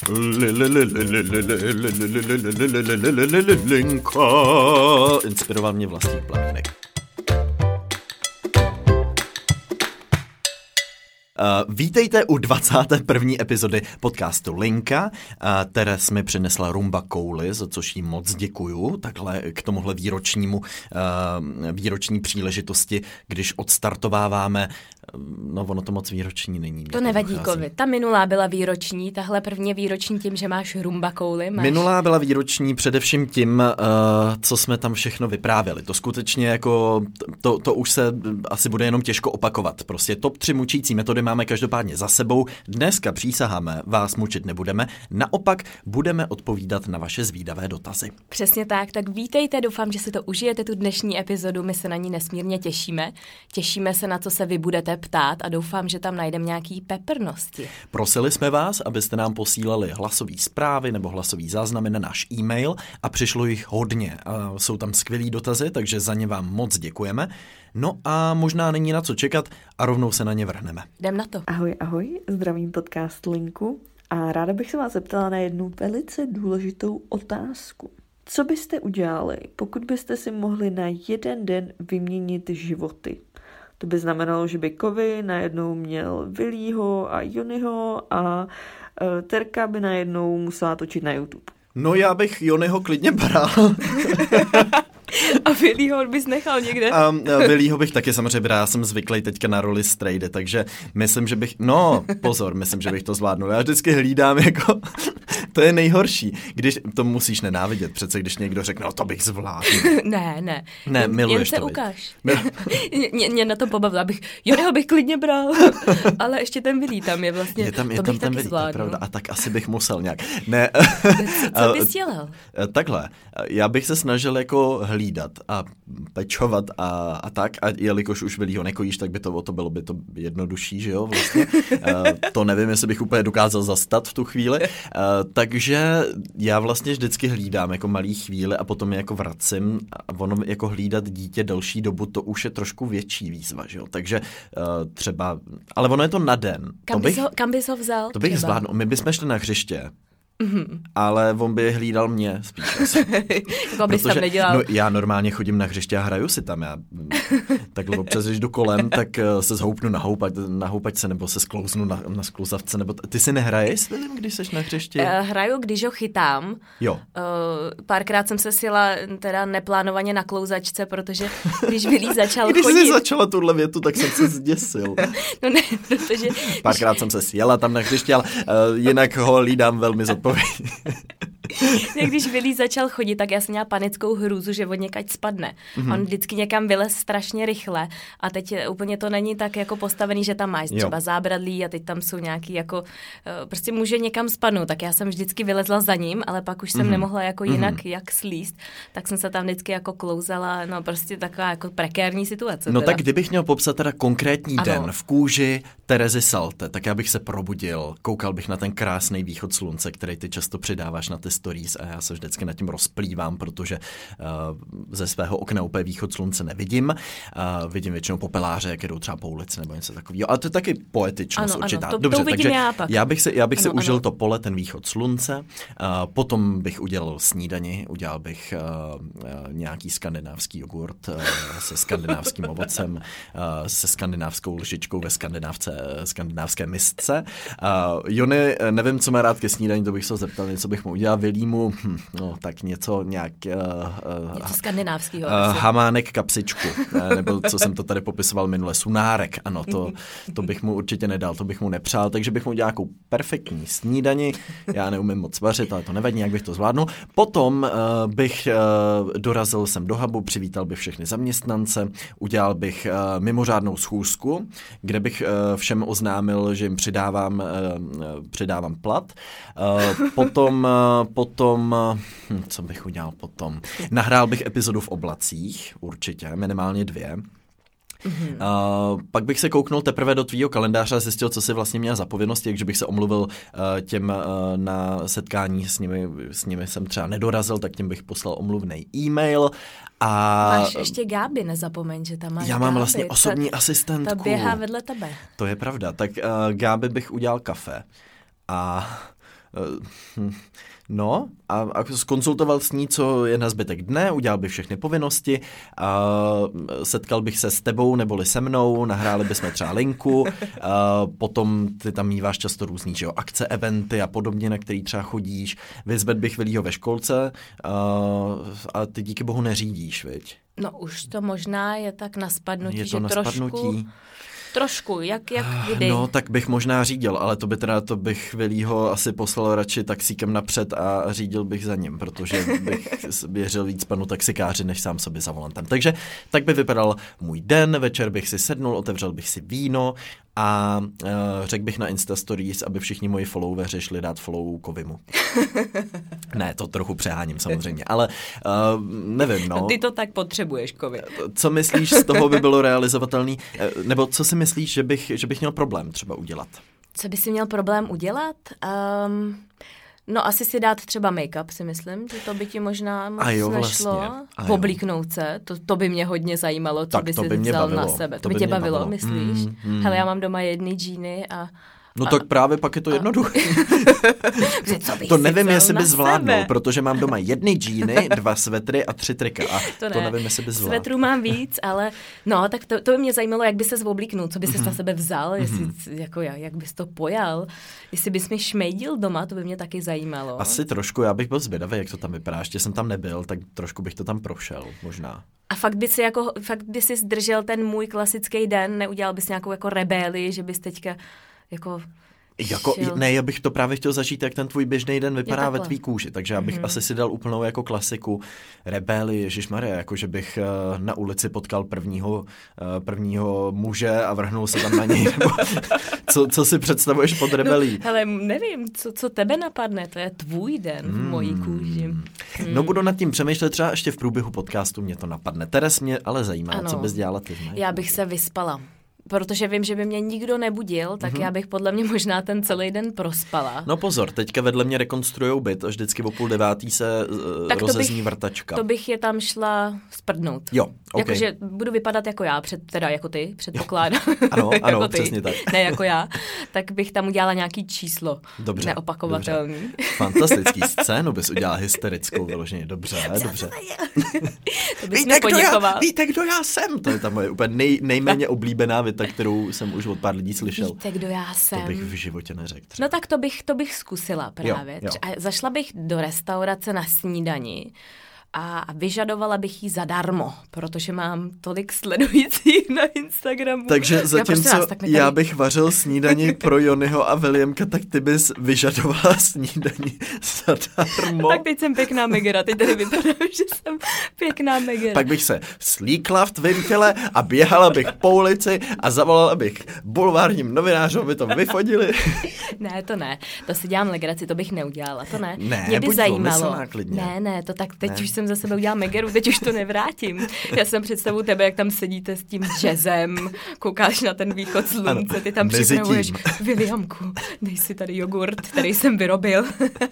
Linka. Inspiroval mě Vlastík Plamínek. Vítejte u 21. epizody podcastu Linka. Teres mi přinesla rumba kouli, za což jí moc děkuju. Takhle k tomuhle výroční příležitosti, když odstartováváme. No, ono to moc výroční není. To nevadí, Kovi. Ta minulá byla výroční, tahle první je výroční tím, že máš rumba kouli. Minulá byla výroční především tím, co jsme tam všechno vyprávěli. To skutečně jako, to už se asi bude jenom těžko opakovat. Prostě top 3 mučící metody máme každopádně za sebou. Dneska přísaháme, vás mučit nebudeme. Naopak budeme odpovídat na vaše zvídavé dotazy. Přesně tak vítejte, doufám, že si to užijete tu dnešní epizodu, my se na ní nesmírně těšíme. Těšíme se na co se vy budete ptát a doufám, že tam najdeme nějaký peprnosti. Prosili jsme vás, abyste nám posílali hlasové zprávy nebo hlasové záznamy na náš e-mail a přišlo jich hodně. Jsou tam skvělý dotazy, takže za ně vám moc děkujeme. No a možná není na co čekat a rovnou se na ně vrhneme. Jdem na to. Ahoj, zdravím podcast Linku a ráda bych se vás zeptala na jednu velice důležitou otázku. Co byste udělali, pokud byste si mohli na jeden den vyměnit životy? To by znamenalo, že by Kovy najednou měl Willího a Jonyho a Terka by najednou musela točit na YouTube. No já bych Jonyho klidně bral. A Willího bys nechal někde? A Willího bych taky samozřejmě bral, já jsem zvyklý teďka na roli strejdy, takže myslím, že bych, myslím, že bych to zvládnul. Já vždycky hlídám jako, to je nejhorší, když, to musíš nenávidět přece, když někdo řekne, no to bych zvládl. Ne. Ne, miluješ jen to. Jen se ukáž. Mě na to pobavila, Jonyho bych klidně bral, ale ještě ten Willí tam je vlastně, je tam bych ten taky Willí, zvládl. Pravda, a tak asi bych musel nějak. Ne. Co bys dělal? Takhle, já bych se snažil jako hlídat a pečovat a tak, a jelikož už Willího nekojíš, tak by to bylo by to jednodušší, že jo, vlastně. To nevím, jestli bych úplně dokázal zastat v tu chvíli, takže já vlastně vždycky hlídám jako malý chvíli a potom je jako vracím a ono jako hlídat dítě delší dobu, to už je trošku větší výzva, že jo, takže třeba, ale ono je to na den. Kam bys ho vzal? To bych zvládnul, my bychom šli na hřiště. Ale on by hlídal mě spíš. Jako bys tam nedělal. No, já normálně chodím na hřiště a hraju si tam. Já takhle občas, když jdu kolem, tak se zhoupnu na houpačce nebo se sklouznu na skluzavce. Nebo ty si nehraješ s Willem, když jsi na hřišti? Hraju, když ho chytám. Jo. Párkrát jsem se sjela teda neplánovaně na klouzačce, protože když Willí začal chodit. Když jsi začala tuhle větu, tak jsem se zděsil. No ne, protože... Párkrát jsem se sjela tam na hřišti, ale jinak ho hlídám velmi zodpovědně. Když Willí začal chodit, tak já jsem měla panickou hrůzu, že od někať spadne. On vždycky někam vylez strašně rychle a teď úplně to není tak jako postavený, že tam máš třeba zábradlí a teď tam jsou nějaký jako, prostě může někam spadnout, tak já jsem vždycky vylezla za ním, ale pak už jsem nemohla jako jinak jak slíst, tak jsem se tam vždycky jako klouzala, no prostě taková jako prekérní situace. No teda. tak kdybych měl popsat teda konkrétní den v kůži Terezy Salte, tak já bych se probudil, koukal bych na ten krásný východ slunce, který ty často přidáváš na ty stories a já se vždycky nad tím rozplývám, protože ze svého okna úplně východ slunce nevidím. Vidím většinou popeláře, jak jdou třeba po ulici nebo něco takového. Ale to je taky poetičnost určitá. Ano, dobře, to takže já bych si užil to pole, ten východ slunce. Potom bych udělal snídani, udělal bych nějaký skandinávský jogurt se skandinávským ovocem, se skandinávskou lžičkou ve skandinávské misce. Jony, nevím, co má rád ke snídani, to bych se zeptal, něco bych mu udělal. Willímu, tak něco skandinávského. Hamánek kapsičku, nebo co jsem to tady popisoval minule, sunárek, ano, to bych mu určitě nedal, to bych mu nepřál, takže bych mu udělal nějakou perfektní snídani, já neumím moc vařit, ale to nevadí, jak bych to zvládnul. Potom bych dorazil sem do hubu, přivítal bych všechny zaměstnance, udělal bych mimořádnou schůzku, kde bych všem oznámil, že jim přidávám plat. Potom, co bych udělal potom? Nahrál bych epizodu v oblacích, určitě, minimálně 2. Pak bych se kouknul teprve do tvýho kalendáře a zjistil, co jsi vlastně měl za povinnosti, takže bych se omluvil těm na setkání s nimi jsem třeba nedorazil, tak tím bych poslal omluvný e-mail. Máš ještě Gáby, nezapomeň, že tam máš Já mám Gáby. vlastně osobní asistentku. Ta běhá vedle tebe. To je pravda, tak Gáby bych udělal kafe a No a zkonzultoval s ní, co je na zbytek dne, udělal bych všechny povinnosti, a setkal bych se s tebou neboli se mnou, nahráli bychom třeba linku, potom ty tam míváš často různý, že jo, akce, eventy a podobně, na který třeba chodíš, vyzvedl bych Vilího ve školce a ty díky bohu neřídíš, viď? No už to možná je tak na spadnutí, je to na spadnutí. Trošku, jak kdy? No, tak bych možná řídil, ale to bych Vilího asi poslal radši taxíkem napřed a řídil bych za ním, protože bych věřil víc panu taxikáři, než sám sobě za volantem. Takže tak by vypadal můj den, večer bych si sednul, otevřel bych si víno a řekl bych na Insta Stories, aby všichni moji followeri šli dát follow Kovimu. Ne, to trochu přeháním samozřejmě, ale nevím, no. Ty to tak potřebuješ, Kovi. Co myslíš, z toho by bylo realizovatelný, nebo co si myslíš, že bych měl problém třeba udělat? Co by si měl problém udělat? No asi si dát třeba make-up, si myslím, že to by ti možná moc nešlo. Oblíknout se, to by mě hodně zajímalo, co by si vzal na sebe. To by tě bavilo, myslíš? Hele, já mám doma jedny džíny a... No tak právě pak je to jednoduché. To nevím, jestli by zvládnul, protože mám doma jedny džíny, 2 svetry a 3 trika. A to nevím, jestli by zvládl. Svetrů mám víc, ale no, tak to by mě zajímalo, jak by ses oblíknul, co by ses na sebe vzal, jestli, jako jak bys to pojal, jestli bys mi šmejdil doma, to by mě taky zajímalo. Asi trošku, já bych byl zvědavý, jak to tam vypadá, ještě jsem tam nebyl, tak trošku bych to tam prošel, možná. A fakt by si zdržel ten můj klasický den, neudělal bys nějakou jako rebéli, že bys teďka ne, já bych to právě chtěl zažít, jak ten tvůj běžný den vypadá ve tvý kůži, takže já bych asi si dal úplnou jako klasiku rebéli, ježišmarja, jako že bych na ulici potkal prvního muže a vrhnul se tam na něj, nebo co si představuješ pod rebelí? No, ale nevím, co tebe napadne, to je tvůj den v mojí kůži. No budu nad tím přemýšlet, třeba ještě v průběhu podcastu mě to napadne. Teres mě ale zajímá, co bys dělala ty. Ne? Já bych se vyspala. Protože vím, že by mě nikdo nebudil, tak já bych podle mě možná ten celý den prospala. No pozor, teďka vedle mě rekonstrujou byt a vždycky o 8:30 se rozezní vrtačka. To bych je tam šla sprdnout. Jo, okay. Jakože budu vypadat jako já, jako ty, předpokládám. Ano, jako přesně tak. Ne jako já. Tak bych tam udělala nějaký číslo. Dobře. Neopakovatelný. Dobře. Fantastický scénu bys udělala hysterickou vyloženě. Dobře. To bys mě poděkoval. Víte, kdo já jsem? To je ta moje úplně nejméně oblíbená věta, kterou jsem už od pár lidí slyšel. Víte, kdo já jsem? To bych v životě neřekl. No tak to bych zkusila právě. Jo. A zašla bych do restaurace na snídani a vyžadovala bych jí zadarmo, protože mám tolik sledujících na Instagramu. Takže zatímco já bych vařil snídani pro Jonyho a Williamka, tak ty bys vyžadovala snídani zadarmo. Tak teď jsem pěkná megera, teď tady vypadám, že jsem pěkná megera. Pak bych se slíkla v tvém těle a běhala bych po ulici a zavolala bych bulvárním novinářům, aby to vyfotili. Ne, to si dělám legraci, to bych neudělala, to ne. Ne, by zajímalo. Ne, to tak teď už jsem za sebe udělala megeru, teď už to nevrátím. Já jsem představu tebe, jak tam sedíte s tím jazzem, koukáš na ten východ slunce, ty tam připravuješ, Williamku, dej si tady jogurt, který jsem vyrobil.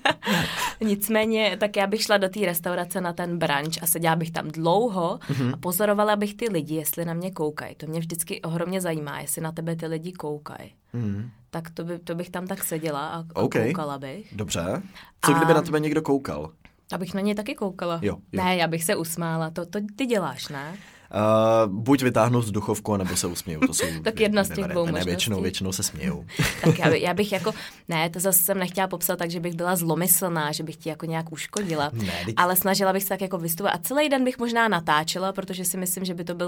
Nicméně, tak já bych šla do té restaurace na ten brunch a seděla bych tam dlouho a pozorovala bych ty lidi, jestli na mě koukají. To mě vždycky ohromně zajímá, jestli na tebe ty lidi koukají. Tak to bych tam tak seděla a koukala bych. Dobře. Co kdyby na tebe někdo koukal? Abych na něj taky koukala. Jo. Ne, já bych se usmála. To ty děláš, ne? Buď vytáhnu vzduchovku, nebo se usměju. To jsou tak jedna z těch dvou možností. Většinou se smějou. Tak já bych jako, ne, to zase jsem nechtěla popsat tak, že bych byla zlomyslná, že bych ti jako nějak uškodila. Ne, ale snažila bych se tak jako vystupovat. A celý den bych možná natáčela, protože si myslím, že by to byl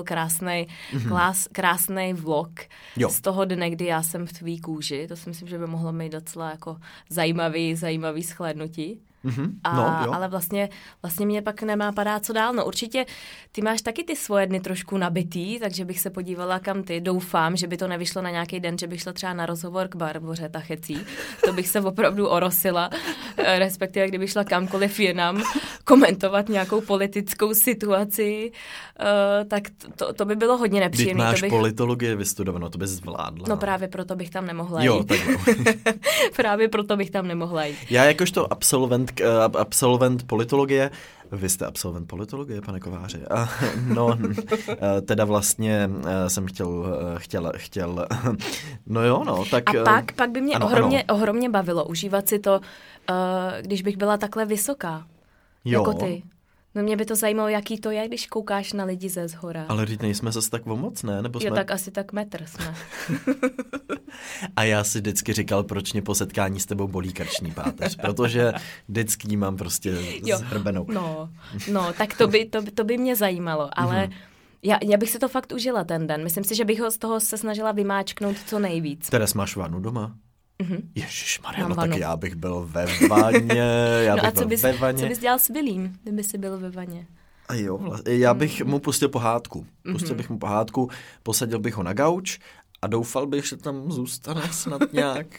krásný vlog z toho dne, kdy já jsem v tvý kůži. To si myslím, že by mohlo mít docela jako zajímavý shlédnutí. Ale vlastně mě pak napadá, co dál. No určitě ty máš taky ty svoje dny trošku nabitý, takže bych se podívala, kam ty. Doufám, že by to nevyšlo na nějaký den, že bych šla třeba na rozhovor k Barboře Tachecí. To bych se opravdu orosila, respektive kdyby šla kamkoliv jinam komentovat nějakou politickou situaci, tak to by bylo hodně nepříjemné. Máš politologie vystudovanou, to bys zvládla. No právě proto bych tam nemohla jít. Jo, tak právě proto bych tam nemohla jít. Já jakožto absolvent absolvent politologie. Vy jste absolvent politologie, pane Kováři. No, teda vlastně jsem chtěl, no jo, no, tak... A pak by mě ohromně bavilo užívat si to, když bych byla takhle vysoká, jako ty. No mě by to zajímalo, jaký to je, když koukáš na lidi ze zhora. Ale teď nejsme zase tak o moc, ne? Nebo jsme... Jo, tak asi tak metr jsme. A já si vždycky říkal, proč mě po setkání s tebou bolí krční páteř, protože vždycky mám prostě zhrbenou. No, tak to by mě zajímalo, ale já bych si to fakt užila ten den. Myslím si, že bych ho z toho se snažila vymáčknout co nejvíc. Teres, máš vanu doma? Ježišmarja, no tak já bych byl ve vaně. Co bys dělal s Billym, kdyby jsi byl ve vaně? A jo, já bych mu pustil pohádku. Posadil bych ho na gauč a doufal bych, že tam zůstane snad nějak,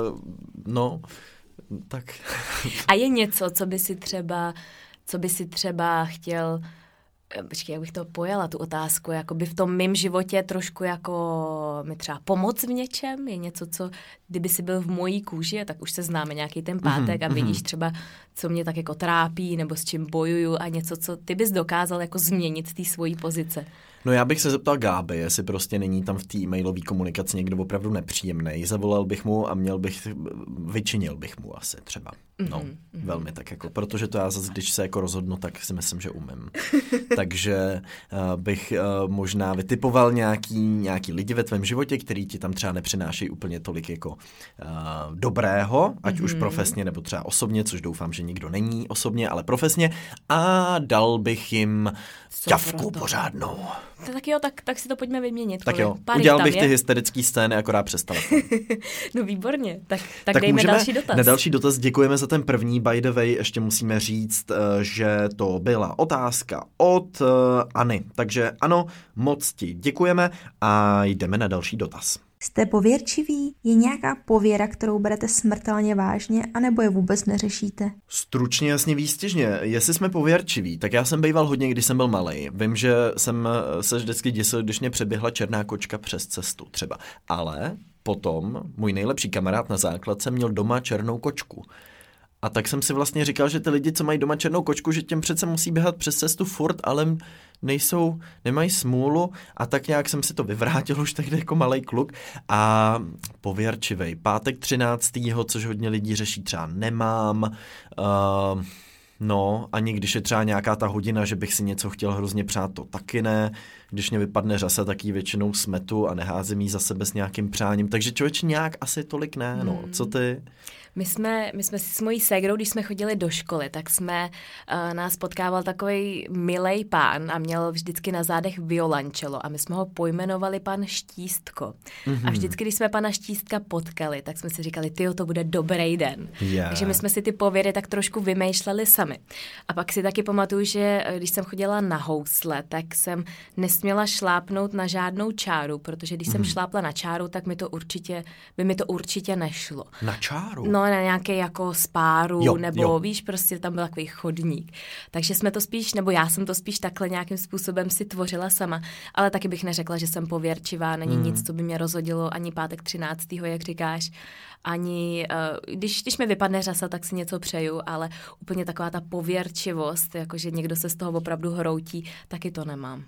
tak. A je něco, co by si třeba chtěl... Počkej, jak bych to pojala, tu otázku, jako by v tom mým životě trošku jako mi třeba pomoct v něčem, je něco, co kdyby si byl v mojí kůži, tak už se známe nějaký ten pátek a vidíš třeba, co mě tak jako trápí, nebo s čím bojuju a něco, co ty bys dokázal jako změnit z té svojí pozice. No já bych se zeptal Gáby, jestli prostě není tam v té e-mailové komunikaci někdo opravdu nepříjemný. Zavolal bych mu a vyčinil bych mu asi třeba. No, velmi tak jako, protože to já zase, když se jako rozhodnu, tak si myslím, že umím. Takže bych možná vytipoval nějaký lidi ve tvém životě, který ti tam třeba nepřinášejí úplně tolik jako dobrého, ať už profesně nebo třeba osobně, což doufám, že nikdo není osobně, ale profesně, a dal bych jim ťavku pořádnou. Tak jo, tak si to pojďme vyměnit. Tak jo, udělal bych ty hysterické scény akorát přes telefon. No výborně, tak dejme další dotaz. Na další dotaz děkujeme za ten první, by the way, ještě musíme říct, že to byla otázka od Anny. Takže ano, moc ti děkujeme a jdeme na další dotaz. Jste pověrčiví? Je nějaká pověra, kterou berete smrtelně vážně, anebo je vůbec neřešíte? Stručně, jasně, výstižně. Jestli jsme pověrčiví, tak já jsem býval hodně, když jsem byl malej. Vím, že jsem se vždycky děsil, když mě přeběhla černá kočka přes cestu třeba. Ale potom můj nejlepší kamarád na základce měl doma černou kočku. A tak jsem si vlastně říkal, že ty lidi, co mají doma černou kočku, že těm přece musí běhat přes cestu furt, ale nemají smůlu, a tak nějak jsem si to vyvrátil už tehdy jako malej kluk a pověrčivej. Pátek 13., což hodně lidí řeší, třeba nemám, ani když je třeba nějaká ta hodina, že bych si něco chtěl hrozně přát, to taky ne. Když mě vypadne řasa, tak ji většinou smetu a neházím jí za sebe s nějakým přáním. Takže člověč nějak asi tolik ne, no. Co ty? My jsme si s mojí ségrou, když jsme chodili do školy, tak nás potkával takový milej pán a měl vždycky na zádech violoncello a my jsme ho pojmenovali pan Štístko. A vždycky, když jsme pana Štístka potkali, tak jsme si říkali, tyjo, to bude dobrý den. Yeah. Takže my jsme si ty pověry tak trošku vymýšleli sami. A pak si taky pamatuju, že když jsem chodila na housle, tak jsem nesměla šlápnout na žádnou čáru, protože když jsem šlápla na čáru, tak by mi to určitě nešlo. Na čáru? No, na nějaké jako spáru, nebo víš, prostě tam byl takový chodník. Takže jsme to spíš, nebo já jsem to spíš takhle nějakým způsobem si tvořila sama, ale taky bych neřekla, že jsem pověrčivá, není nic, co by mě rozhodilo, ani pátek 13., jak říkáš, ani, když mi vypadne řasa, tak si něco přeju, ale úplně taková ta pověrčivost, jakože někdo se z toho opravdu hroutí, taky to nemám.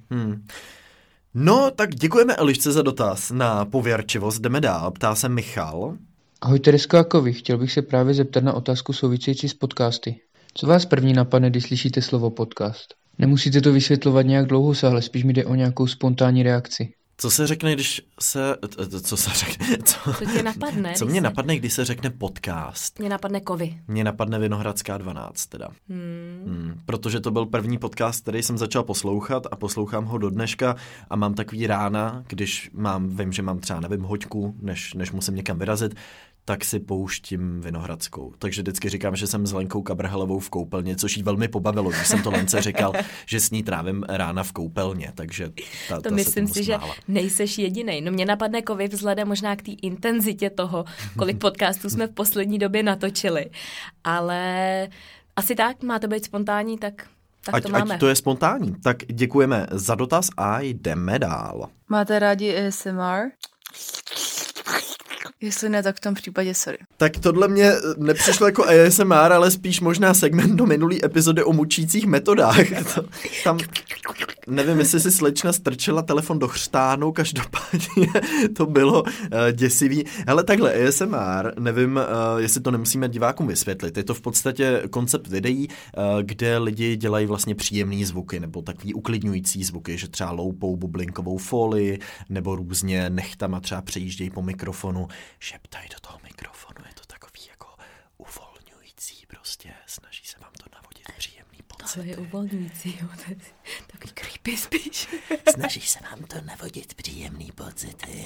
No, tak děkujeme Elišce za dotaz na pověrčivost. Jdeme dál, ptá se Michal. Ahoj Teresko a Kovi, chtěl bych se právě zeptat na otázku související s podcasty. Co vás první napadne, když slyšíte slovo podcast? Nemusíte to vysvětlovat nějak dlouhosáhle, spíš mi jde o nějakou spontánní reakci. Co se řekne, když se... Co tě napadne? Co mě napadne, když se řekne podcast? Mě napadne Kovy. Mě napadne Vinohradská 12 teda. Protože to byl první podcast, který jsem začal poslouchat a poslouchám ho do dneška a mám takový rána, když vím, že mám třeba, hoďku, než musím někam vyrazit, tak si pouštím Vinohradskou. Takže vždycky říkám, že jsem s Lenkou Kabrhelovou v koupelně, což jí velmi pobavilo, když jsem to Lence říkal, že s ní trávím rána v koupelně, takže ta myslím se si, smála. Že nejseš jedinej. No mě napadne Kovy vzhledem možná k té intenzitě toho, kolik podcastů jsme v poslední době natočili. Ale asi tak, má to být spontánní, tak to máme. Ať to je spontánní. Tak děkujeme za dotaz a jdeme dál. Máte rádi ASMR? Jestli ne, tak v tom případě sorry. Tak tohle mě nepřišlo jako ASMR, ale spíš možná segment do minulý epizody o mučících metodách. Tam nevím, jestli si slečna strčila telefon do chřtánu, každopádně to bylo děsivý. Hele, takhle ASMR, nevím, jestli to nemusíme divákům vysvětlit. Je to v podstatě koncept videí, kde lidi dělají vlastně příjemný zvuky nebo takový uklidňující zvuky, že třeba loupou bublinkovou folii nebo různě nechtama třeba přejíždějí po mikrofonu, šeptají do toho mikrofonu, je to takový jako uvolňující prostě, snaží se vám to navodit příjemný pocit. To je uvolňující, jo, to je takový creepy spíš. Snaží se vám to navodit příjemný pocity.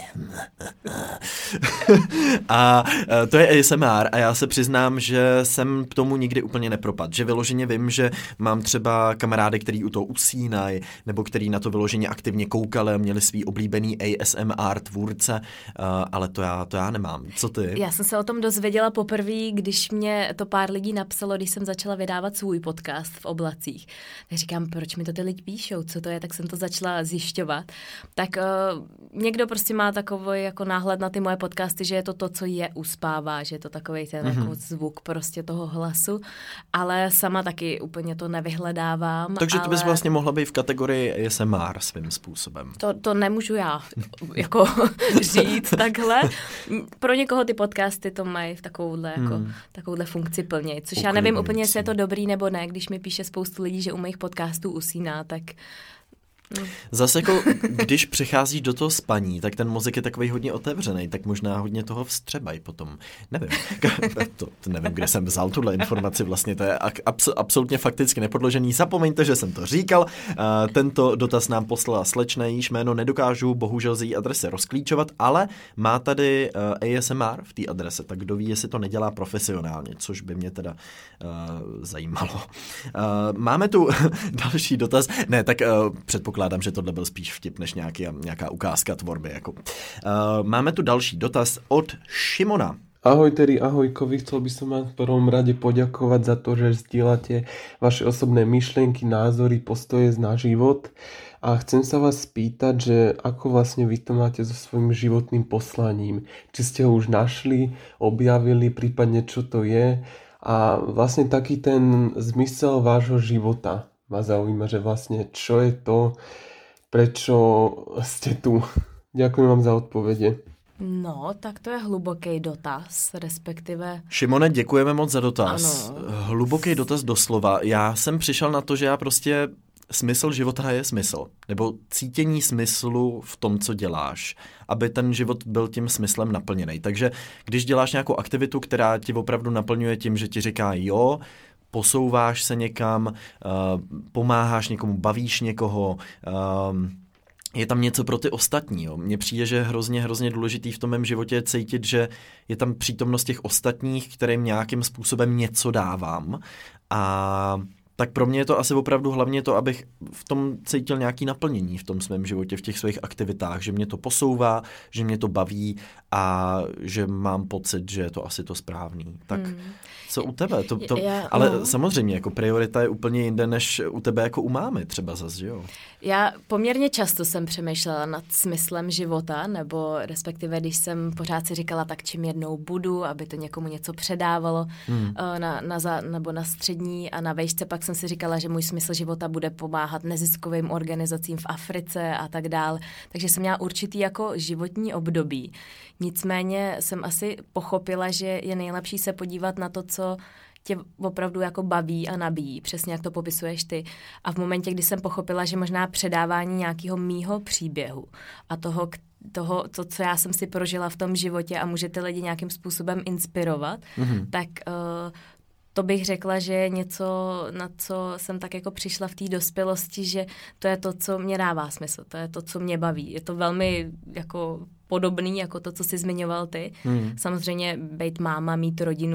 A to je ASMR a já se přiznám, že jsem k tomu nikdy úplně nepropadl. Že vyloženě vím, že mám třeba kamarády, který u toho usínají, nebo který na to vyloženě aktivně koukali a měli svý oblíbený ASMR tvůrce, ale to já nemám. Co ty? Já jsem se o tom dozvěděla poprvé, když mě to pár lidí napsalo, když jsem začala vydávat svůj podcast v oblacích. Tak říkám, proč mi to ty lidi píšou, co to je, tak jsem to začala zjišťovat. Tak někdo prostě má takový jako náhled na ty moje podcasty, že je to, co je uspává, že je to takový ten jako zvuk prostě toho hlasu, ale sama taky úplně to nevyhledávám. Takže ty bys vlastně mohla být v kategorii ASMR svým způsobem. To nemůžu já jako říct takhle. Pro někoho ty podcasty to mají v takovouhle funkci plnit, což já nevím úplně, jestli je to dobrý nebo ne, když mi píše spoustu lidí, že u mých podcastů usíná, tak... Zase jako, když přecházíš do toho spaní, tak ten mozek je takový hodně otevřený, tak možná hodně toho vstřebají potom. Nevím. To nevím, kde jsem vzal tuhle informaci, vlastně to je absolutně fakticky nepodložený. Zapomeňte, že jsem to říkal. Tento dotaz nám poslala slečna, jejíž jméno nedokážu bohužel z její adrese rozklíčovat, ale má tady ASMR v té adrese, tak kdo ví, jestli to nedělá profesionálně, což by mě teda zajímalo. Máme tu další dotaz. Ne, tak předpokládám, že tohle byl spíš vtip než nějaká ukázka tvorby. Jako. Máme tu další dotaz od Šimona. Ahoj Terry, ahoj Kovi, chcel by som vám v prvom rade poďakovať za to, že zdieľate vaše osobné myšlienky, názory, postoje na život a chcem sa vás spýtať, že ako vlastne vy to máte so svojím životným poslaním. Či ste ho už našli, objavili, prípadne čo to je a vlastne taký ten zmysel vášho života ma zaujíma, že vlastne čo je to, prečo ste tu. Ďakujem vám za odpovede. No, tak to je hluboký dotaz, respektive... Šimone, děkujeme moc za dotaz. Ano. Hluboký dotaz doslova. Já jsem přišel na to, že já prostě... Smysl života je smysl. Nebo cítění smyslu v tom, co děláš. Aby ten život byl tím smyslem naplněný. Takže když děláš nějakou aktivitu, která ti opravdu naplňuje tím, že ti říká jo, posouváš se někam, pomáháš někomu, bavíš někoho, je tam něco pro ty ostatní. Jo. Mně přijde, že je hrozně důležitý v tom mém životě cítit, že je tam přítomnost těch ostatních, kterým nějakým způsobem něco dávám. A tak pro mě je to asi opravdu hlavně to, abych v tom cítil nějaké naplnění v tom svém životě, v těch svých aktivitách, že mě to posouvá, že mě to baví a že mám pocit, že je to asi to správný. Tak co u tebe? Ale samozřejmě, jako priorita je úplně jinde, než u tebe jako u mámy třeba zase, že jo? Já poměrně často jsem přemýšlela nad smyslem života, nebo respektive, když jsem pořád si říkala, tak čím jednou budu, aby to někomu něco předávalo nebo na střední a na vejšce, pak jsem si říkala, že můj smysl života bude pomáhat neziskovým organizacím v Africe a tak dál. Takže jsem měla určitý jako životní období. Nicméně jsem asi pochopila, že je nejlepší se podívat na to, co tě opravdu jako baví a nabíjí, přesně jak to popisuješ ty. A v momentě, kdy jsem pochopila, že možná předávání nějakého mýho příběhu a toho, co já jsem si prožila v tom životě a může ty lidi nějakým způsobem inspirovat, tak to bych řekla, že je něco, na co jsem tak jako přišla v té dospělosti, že to je to, co mě dává smysl, to je to, co mě baví. Je to velmi jako podobný, jako to, co jsi zmiňoval ty. Samozřejmě být máma, mít rodinu,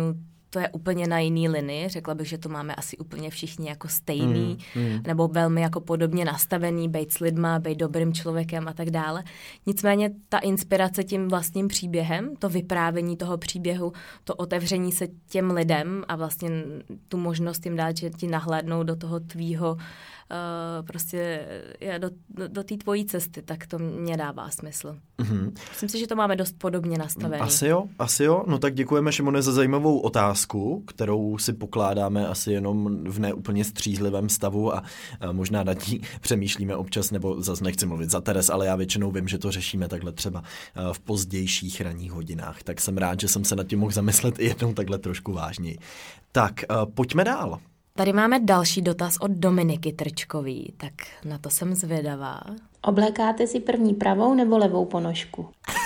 to je úplně na jiný linii. Řekla bych, že to máme asi úplně všichni jako stejný, nebo velmi jako podobně nastavený, bejt s lidma, bejt dobrým člověkem a tak dále. Nicméně ta inspirace tím vlastním příběhem, to vyprávění toho příběhu, to otevření se těm lidem a vlastně tu možnost jim dát, že ti nahlédnou do toho tvýho prostě do té tvojí cesty, tak to mě dává smysl. Myslím si, že to máme dost podobně nastavený. Asi jo. No tak děkujeme, Šimone, za zajímavou otázku, kterou si pokládáme asi jenom v neúplně střízlivém stavu a možná nad ní přemýšlíme občas, nebo zase nechci mluvit za Teres, ale já většinou vím, že to řešíme takhle třeba v pozdějších ranních hodinách. Tak jsem rád, že jsem se nad tím mohl zamyslet i jednou takhle trošku vážněji. Tak, pojďme dál. Tady máme další dotaz od Dominiky Trčkový, tak na to jsem zvědavá. Oblékáte si první pravou nebo levou ponožku?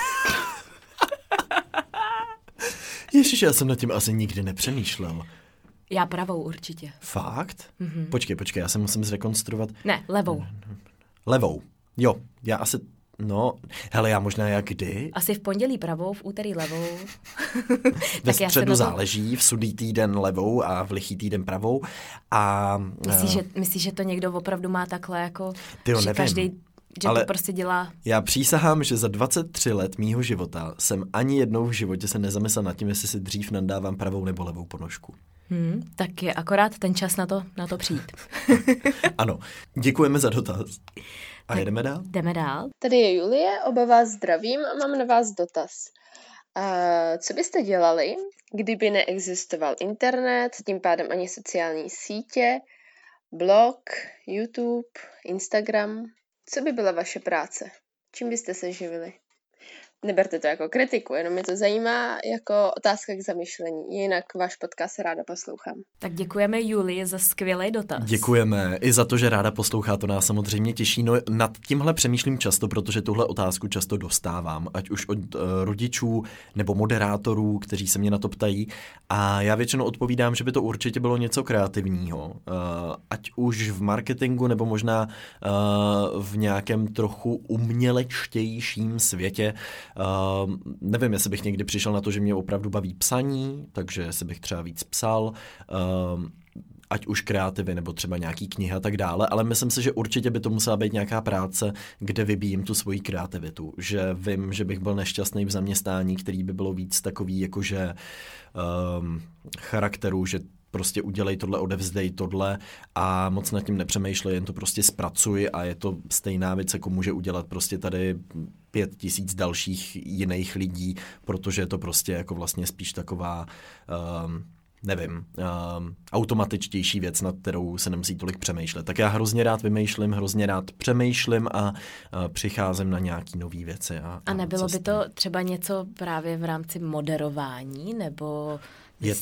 Ježiš, já jsem nad tím asi nikdy nepřemýšlel. Já pravou určitě. Fakt? Počkej, já se musím zrekonstruovat. Ne, levou. Levou, jo, já asi... No, hele, já možná jak kdy? Asi v pondělí pravou, v úterý levou. Ve středu záleží, v sudý týden levou a v lichý týden pravou. A Myslíš, že to někdo opravdu má takhle jako... Tyjo, nevím. Každý, že ale to prostě dělá... Já přísahám, že za 23 let mýho života jsem ani jednou v životě se nezamyslel nad tím, jestli si dřív nandávám pravou nebo levou ponožku. Tak je akorát ten čas na to přijít. Ano, děkujeme za dotaz. A tak jdeme dál? Jdeme dál. Tady je Julie, oba vás zdravím a mám na vás dotaz. Co byste dělali, kdyby neexistoval internet, tím pádem ani sociální sítě, blog, YouTube, Instagram? Co by byla vaše práce? Čím byste se živili? Neberte to jako kritiku, jenom mě to zajímá jako otázka k zamyšlení. Jinak váš podcast ráda poslouchám. Tak děkujeme Julii za skvělý dotaz. Děkujeme i za to, že ráda poslouchá, to nás samozřejmě těší. No, nad tímhle přemýšlím často, protože tuhle otázku často dostávám, ať už od rodičů nebo moderátorů, kteří se mě na to ptají. A já většinou odpovídám, že by to určitě bylo něco kreativního. Ať už v marketingu nebo možná v nějakém trochu umělečtějším světě. Nevím, jestli bych někdy přišel na to, že mě opravdu baví psaní, takže si bych třeba víc psal, ať už kreativy nebo třeba nějaký knihy a tak dále, ale myslím si, že určitě by to musela být nějaká práce, kde vybíjím tu svoji kreativitu, že vím, že bych byl nešťastný v zaměstnání, který by bylo víc takový jakože charakteru, že prostě udělej tohle, odevzdej tohle a moc nad tím nepřemýšlej, jen to prostě zpracuj a je to stejná věc, jako může udělat prostě tady 5000 dalších jiných lidí, protože je to prostě jako vlastně spíš taková, automatičtější věc, nad kterou se nemusí tolik přemýšlet. Tak já hrozně rád vymýšlím, hrozně rád přemýšlím a přicházím na nějaký nový věci. A nebylo by to třeba něco právě v rámci moderování nebo... Je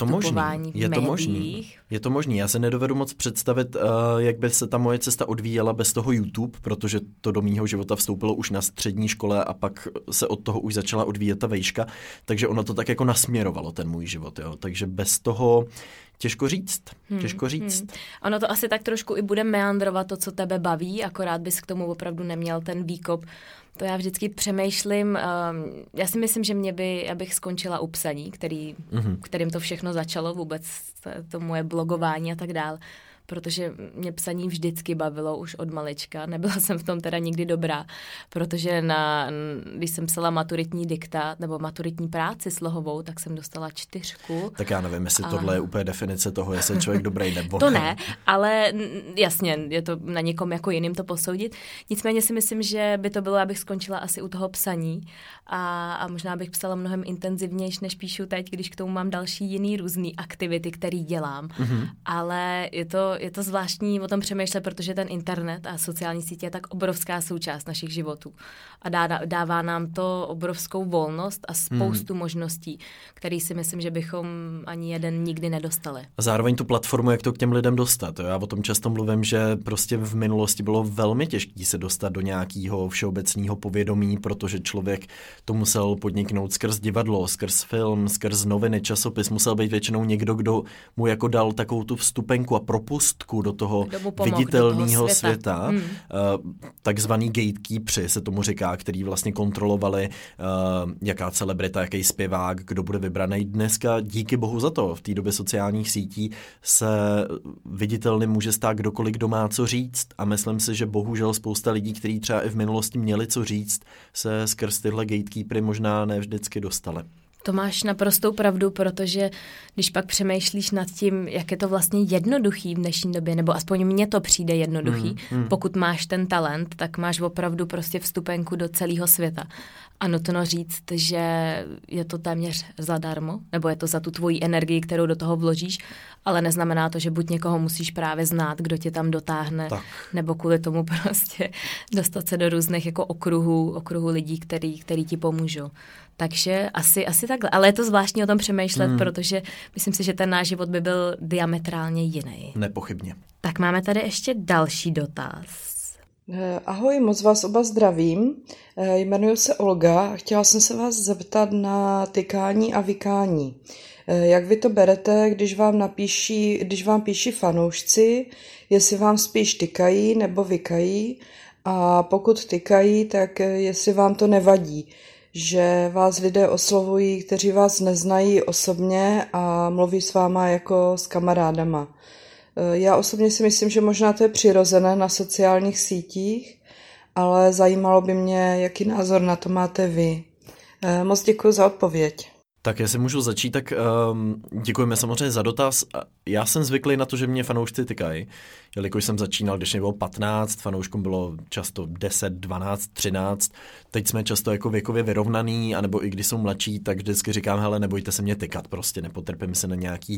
to možný. Já se nedovedu moc představit, jak by se ta moje cesta odvíjela bez toho YouTube, protože to do mýho života vstoupilo už na střední škole a pak se od toho už začala odvíjet ta vejška, takže ono to tak jako nasměrovalo ten můj život. Jo. Takže bez toho těžko říct. Ono to asi tak trošku i bude meandrovat to, co tebe baví, akorát bys k tomu opravdu neměl ten výkop. To já vždycky přemýšlím, já si myslím, že abych skončila u psaní, kterým to všechno začalo, vůbec to moje blogování a tak dál, protože mě psaní vždycky bavilo už od malička. Nebyla jsem v tom teda nikdy dobrá, protože když jsem psala maturitní diktát nebo maturitní práci slohovou, tak jsem dostala 4. Tak já nevím, jestli tohle je úplně definice toho, jestli je člověk dobrý nebo to ne, ale jasně, je to na někom jako jiným to posoudit. Nicméně si myslím, že by to bylo, abych skončila asi u toho psaní a možná bych psala mnohem intenzivnější, než píšu teď, když k tomu mám další jiný různý aktivity, který dělám. Ale je to zvláštní o tom přemýšlet, protože ten internet a sociální sítě je tak obrovská součást našich životů. A dává nám to obrovskou volnost a spoustu možností, které si myslím, že bychom ani jeden nikdy nedostali. A zároveň tu platformu, jak to k těm lidem dostat. Já o tom často mluvím, že prostě v minulosti bylo velmi těžké se dostat do nějakého všeobecného povědomí, protože člověk to musel podniknout skrz divadlo, skrz film, skrz noviny, časopis. Musel být většinou někdo, kdo mu jako dal takovou tu vstupenku a propustil kostku do toho viditelného světa. Takzvaný gatekeepři se tomu říká, který vlastně kontrolovali, jaká celebrita, jaký zpěvák, kdo bude vybraný. Dneska díky bohu za to, v té době sociálních sítí se viditelným může stát kdokoliv, kdo má co říct, a myslím si, že bohužel spousta lidí, kteří třeba i v minulosti měli co říct, se skrz tyhle gatekeepery možná ne vždycky dostali. To máš naprostou pravdu, protože když pak přemýšlíš nad tím, jak je to vlastně jednoduchý v dnešní době, nebo aspoň mně to přijde jednoduchý, pokud máš ten talent, tak máš opravdu prostě vstupenku do celého světa. A nutno říct, že je to téměř zadarmo, nebo je to za tu tvoji energii, kterou do toho vložíš, ale neznamená to, že buď někoho musíš právě znát, kdo tě tam dotáhne, nebo kvůli tomu prostě dostat se do různých jako okruhů lidí, který ti pomůžou. Takže asi takhle. Ale je to zvláštní o tom přemýšlet, protože myslím si, že ten náš život by byl diametrálně jiný. Nepochybně. Tak máme tady ještě další dotaz. Ahoj, moc vás oba zdravím. Jmenuji se Olga a chtěla jsem se vás zeptat na tykání a vykání. Jak vy to berete, když vám píší fanoušci, jestli vám spíš tykají nebo vykají, a pokud tykají, tak jestli vám to nevadí, že vás lidé oslovují, kteří vás neznají osobně a mluví s váma jako s kamarádama. Já osobně si myslím, že možná to je přirozené na sociálních sítích, ale zajímalo by mě, jaký názor na to máte vy. Moc děkuji za odpověď. Tak jestli můžu začít, tak děkujeme samozřejmě za dotaz. Já jsem zvyklý na to, že mě fanoušci tykají, jelikož jsem začínal, když mě bylo 15, fanouškům bylo často 10, 12, 13. Teď jsme často jako věkově vyrovnaný, anebo i když jsou mladší, tak vždycky říkám, hele, nebojte se mě tykat, prostě nepotrpím se na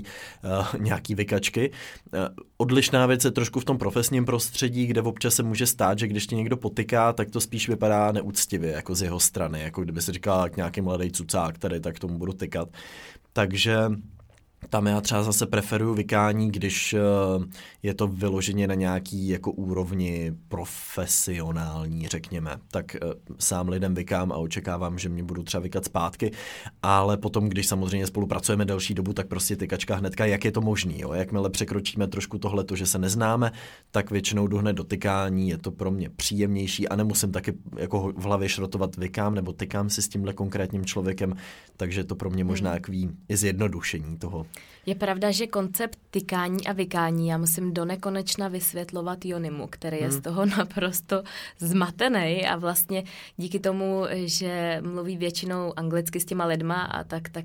nějaký vykačky. Odlišná věc je trošku v tom profesním prostředí, kde občas se může stát, že když ti někdo potyká, tak to spíš vypadá neúctivě, jako z jeho strany, jako kdyby se říkal jak nějaký mladý cucák tady, tak tomu budu tykat. Takže tam já třeba zase preferuju vykání, když je to vyloženě na nějaký jako úrovni profesionální, řekněme. Tak sám lidem vykám a očekávám, že mě budou třeba vykat zpátky, ale potom, když samozřejmě spolupracujeme delší dobu, tak prostě tykačka hnedka, jak je to možný. Jo? Jakmile překročíme trošku tohleto, že se neznáme, tak většinou jdu hned do tykání, je to pro mě příjemnější a nemusím taky jako v hlavě šrotovat vykám nebo tykám si s tímhle konkrétním člověkem, takže to pro mě možná takový i zjednodušení toho. Je pravda, že koncept tykání a vykání já musím donekonečna vysvětlovat Jonimu, který je z toho naprosto zmatený a vlastně díky tomu, že mluví většinou anglicky s těma lidma a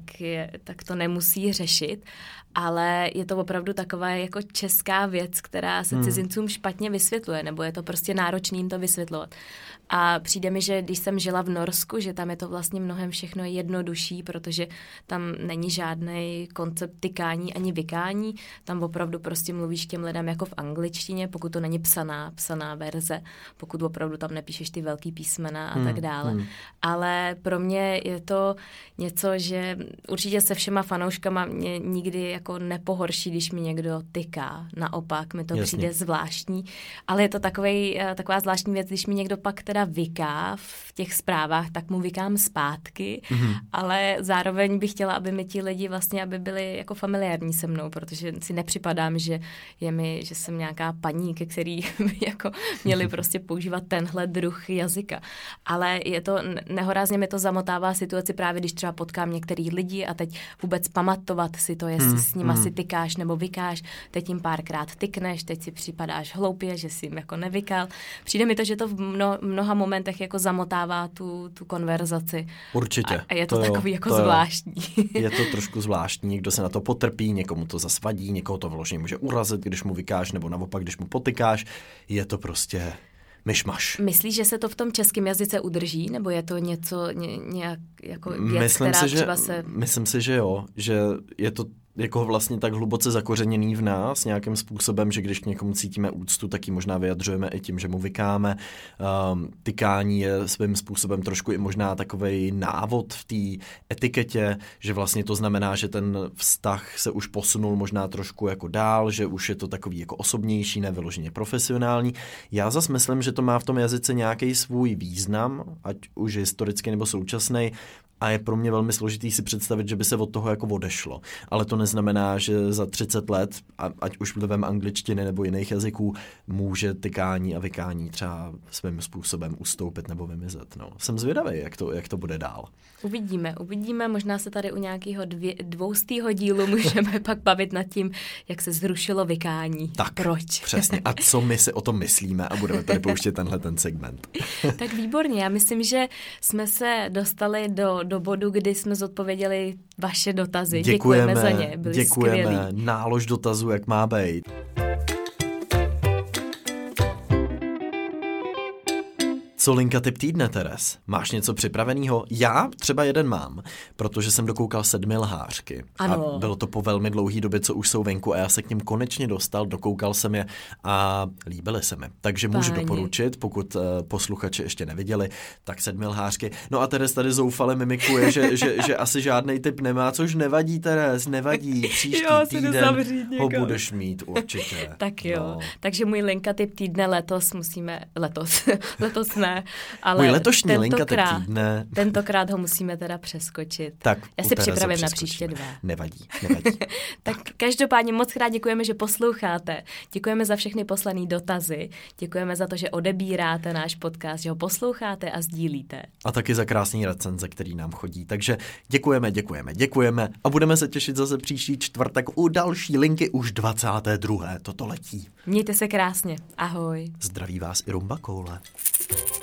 tak to nemusí řešit, ale je to opravdu taková jako česká věc, která se cizincům špatně vysvětluje, nebo je to prostě náročný jim to vysvětlovat. A přijde mi, že když jsem žila v Norsku, že tam je to vlastně mnohem všechno jednodušší, protože tam není žádný koncept tykání ani vykání, tam opravdu prostě mluvíš těm lidem jako v angličtině, pokud to není psaná verze, pokud opravdu tam nepíšeš ty velký písmena a tak dále. Ale pro mě je to něco, že určitě se všema fanouškama mě nikdy jako nepohorší, když mi někdo tyká. Naopak mi to přijde zvláštní, ale je to taková zvláštní věc, když mi někdo pak teda vyká v těch zprávách, tak mu vykám zpátky, ale zároveň bych chtěla, aby mi ti lidi vlastně, aby byli jako familiární se mnou, protože si nepřipadám, že jsem nějaká paní, ke který jako měli prostě používat tenhle druh jazyka. Ale je to, nehorázně mi to zamotává situaci právě, když třeba potkám některý lidi a teď vůbec pamatovat si to, jestli s nima si tykáš nebo vykáš, teď jim párkrát tykneš, teď si připadáš hloupě, že jsi jim jako nevykal. Přijde mi to, že to v mnoha momentech jako zamotává tu konverzaci. Určitě. A je to takový jako zvláštní. Je to trošku zvláštní, někdo se na to potrpí, někomu to zasvadí, někoho to vložně může urazit, když mu vykáš, nebo naopak, když mu potykáš. Je to prostě myšmaš. Myslíš, že se to v tom českém jazyce udrží, nebo je to něco nějak jako věc, která třeba se... Myslím si, že jo, že je to jako vlastně tak hluboce zakořeněný v nás nějakým způsobem, že když k někomu cítíme úctu, tak ji možná vyjadřujeme i tím, že mu vykáme. Tykání je svým způsobem trošku i možná takovej návod v té etiketě, že vlastně to znamená, že ten vztah se už posunul možná trošku jako dál, že už je to takový jako osobnější, nevyloženě profesionální. Já zas myslím, že to má v tom jazyce nějaký svůj význam, ať už historicky nebo současný, a je pro mě velmi složitý si představit, že by se od toho jako odešlo. Ale to neznamená, že za 30 let, ať už vlivem angličtiny nebo jiných jazyků, může tykání a vykání třeba svým způsobem ustoupit nebo vymizet. No. Jsem zvědavý, jak to bude dál. Uvidíme, možná se tady u nějakého 200. dílu můžeme pak bavit nad tím, jak se zrušilo vykání. Tak, proč? Přesně. A co my si o tom myslíme a budeme tady pouštět ten segment. Tak výborně, já myslím, že jsme se dostali do bodu, kdy jsme zodpověděli vaše dotazy. Děkujeme za ně, byli skvělí. Nálož dotazů, jak má být. Co linka tip týdne, Teres? Máš něco připravenýho? Já třeba jeden mám, protože jsem dokoukal 7 lhářky. Ano. A bylo to po velmi dlouhý době, co už jsou venku a já se k nim konečně dostal, dokoukal jsem je a líbily se mi. Takže můžu doporučit, pokud posluchači ještě neviděli, tak 7 lhářky. No a Teres tady zoufale mimikuje, že asi žádnej tip nemá, což nevadí, Teres, nevadí. Příští týden ho budeš mít určitě. Tak jo, no. Takže můj linka tip týdne letos ne. Ale můj letošní linka tip týdne. Tentokrát ho musíme teda přeskočit. Tak, já si připravím na příště 2. Nevadí. Tak každopádně moc krát děkujeme, že posloucháte. Děkujeme za všechny poslané dotazy. Děkujeme za to, že odebíráte náš podcast, že ho posloucháte a sdílíte. A taky za krásný recenze, který nám chodí. Takže děkujeme a budeme se těšit zase příští čtvrtek u další linky už 22. Toto letí. Mějte se krásně. Ahoj. Zdraví vás i Rumba Koule.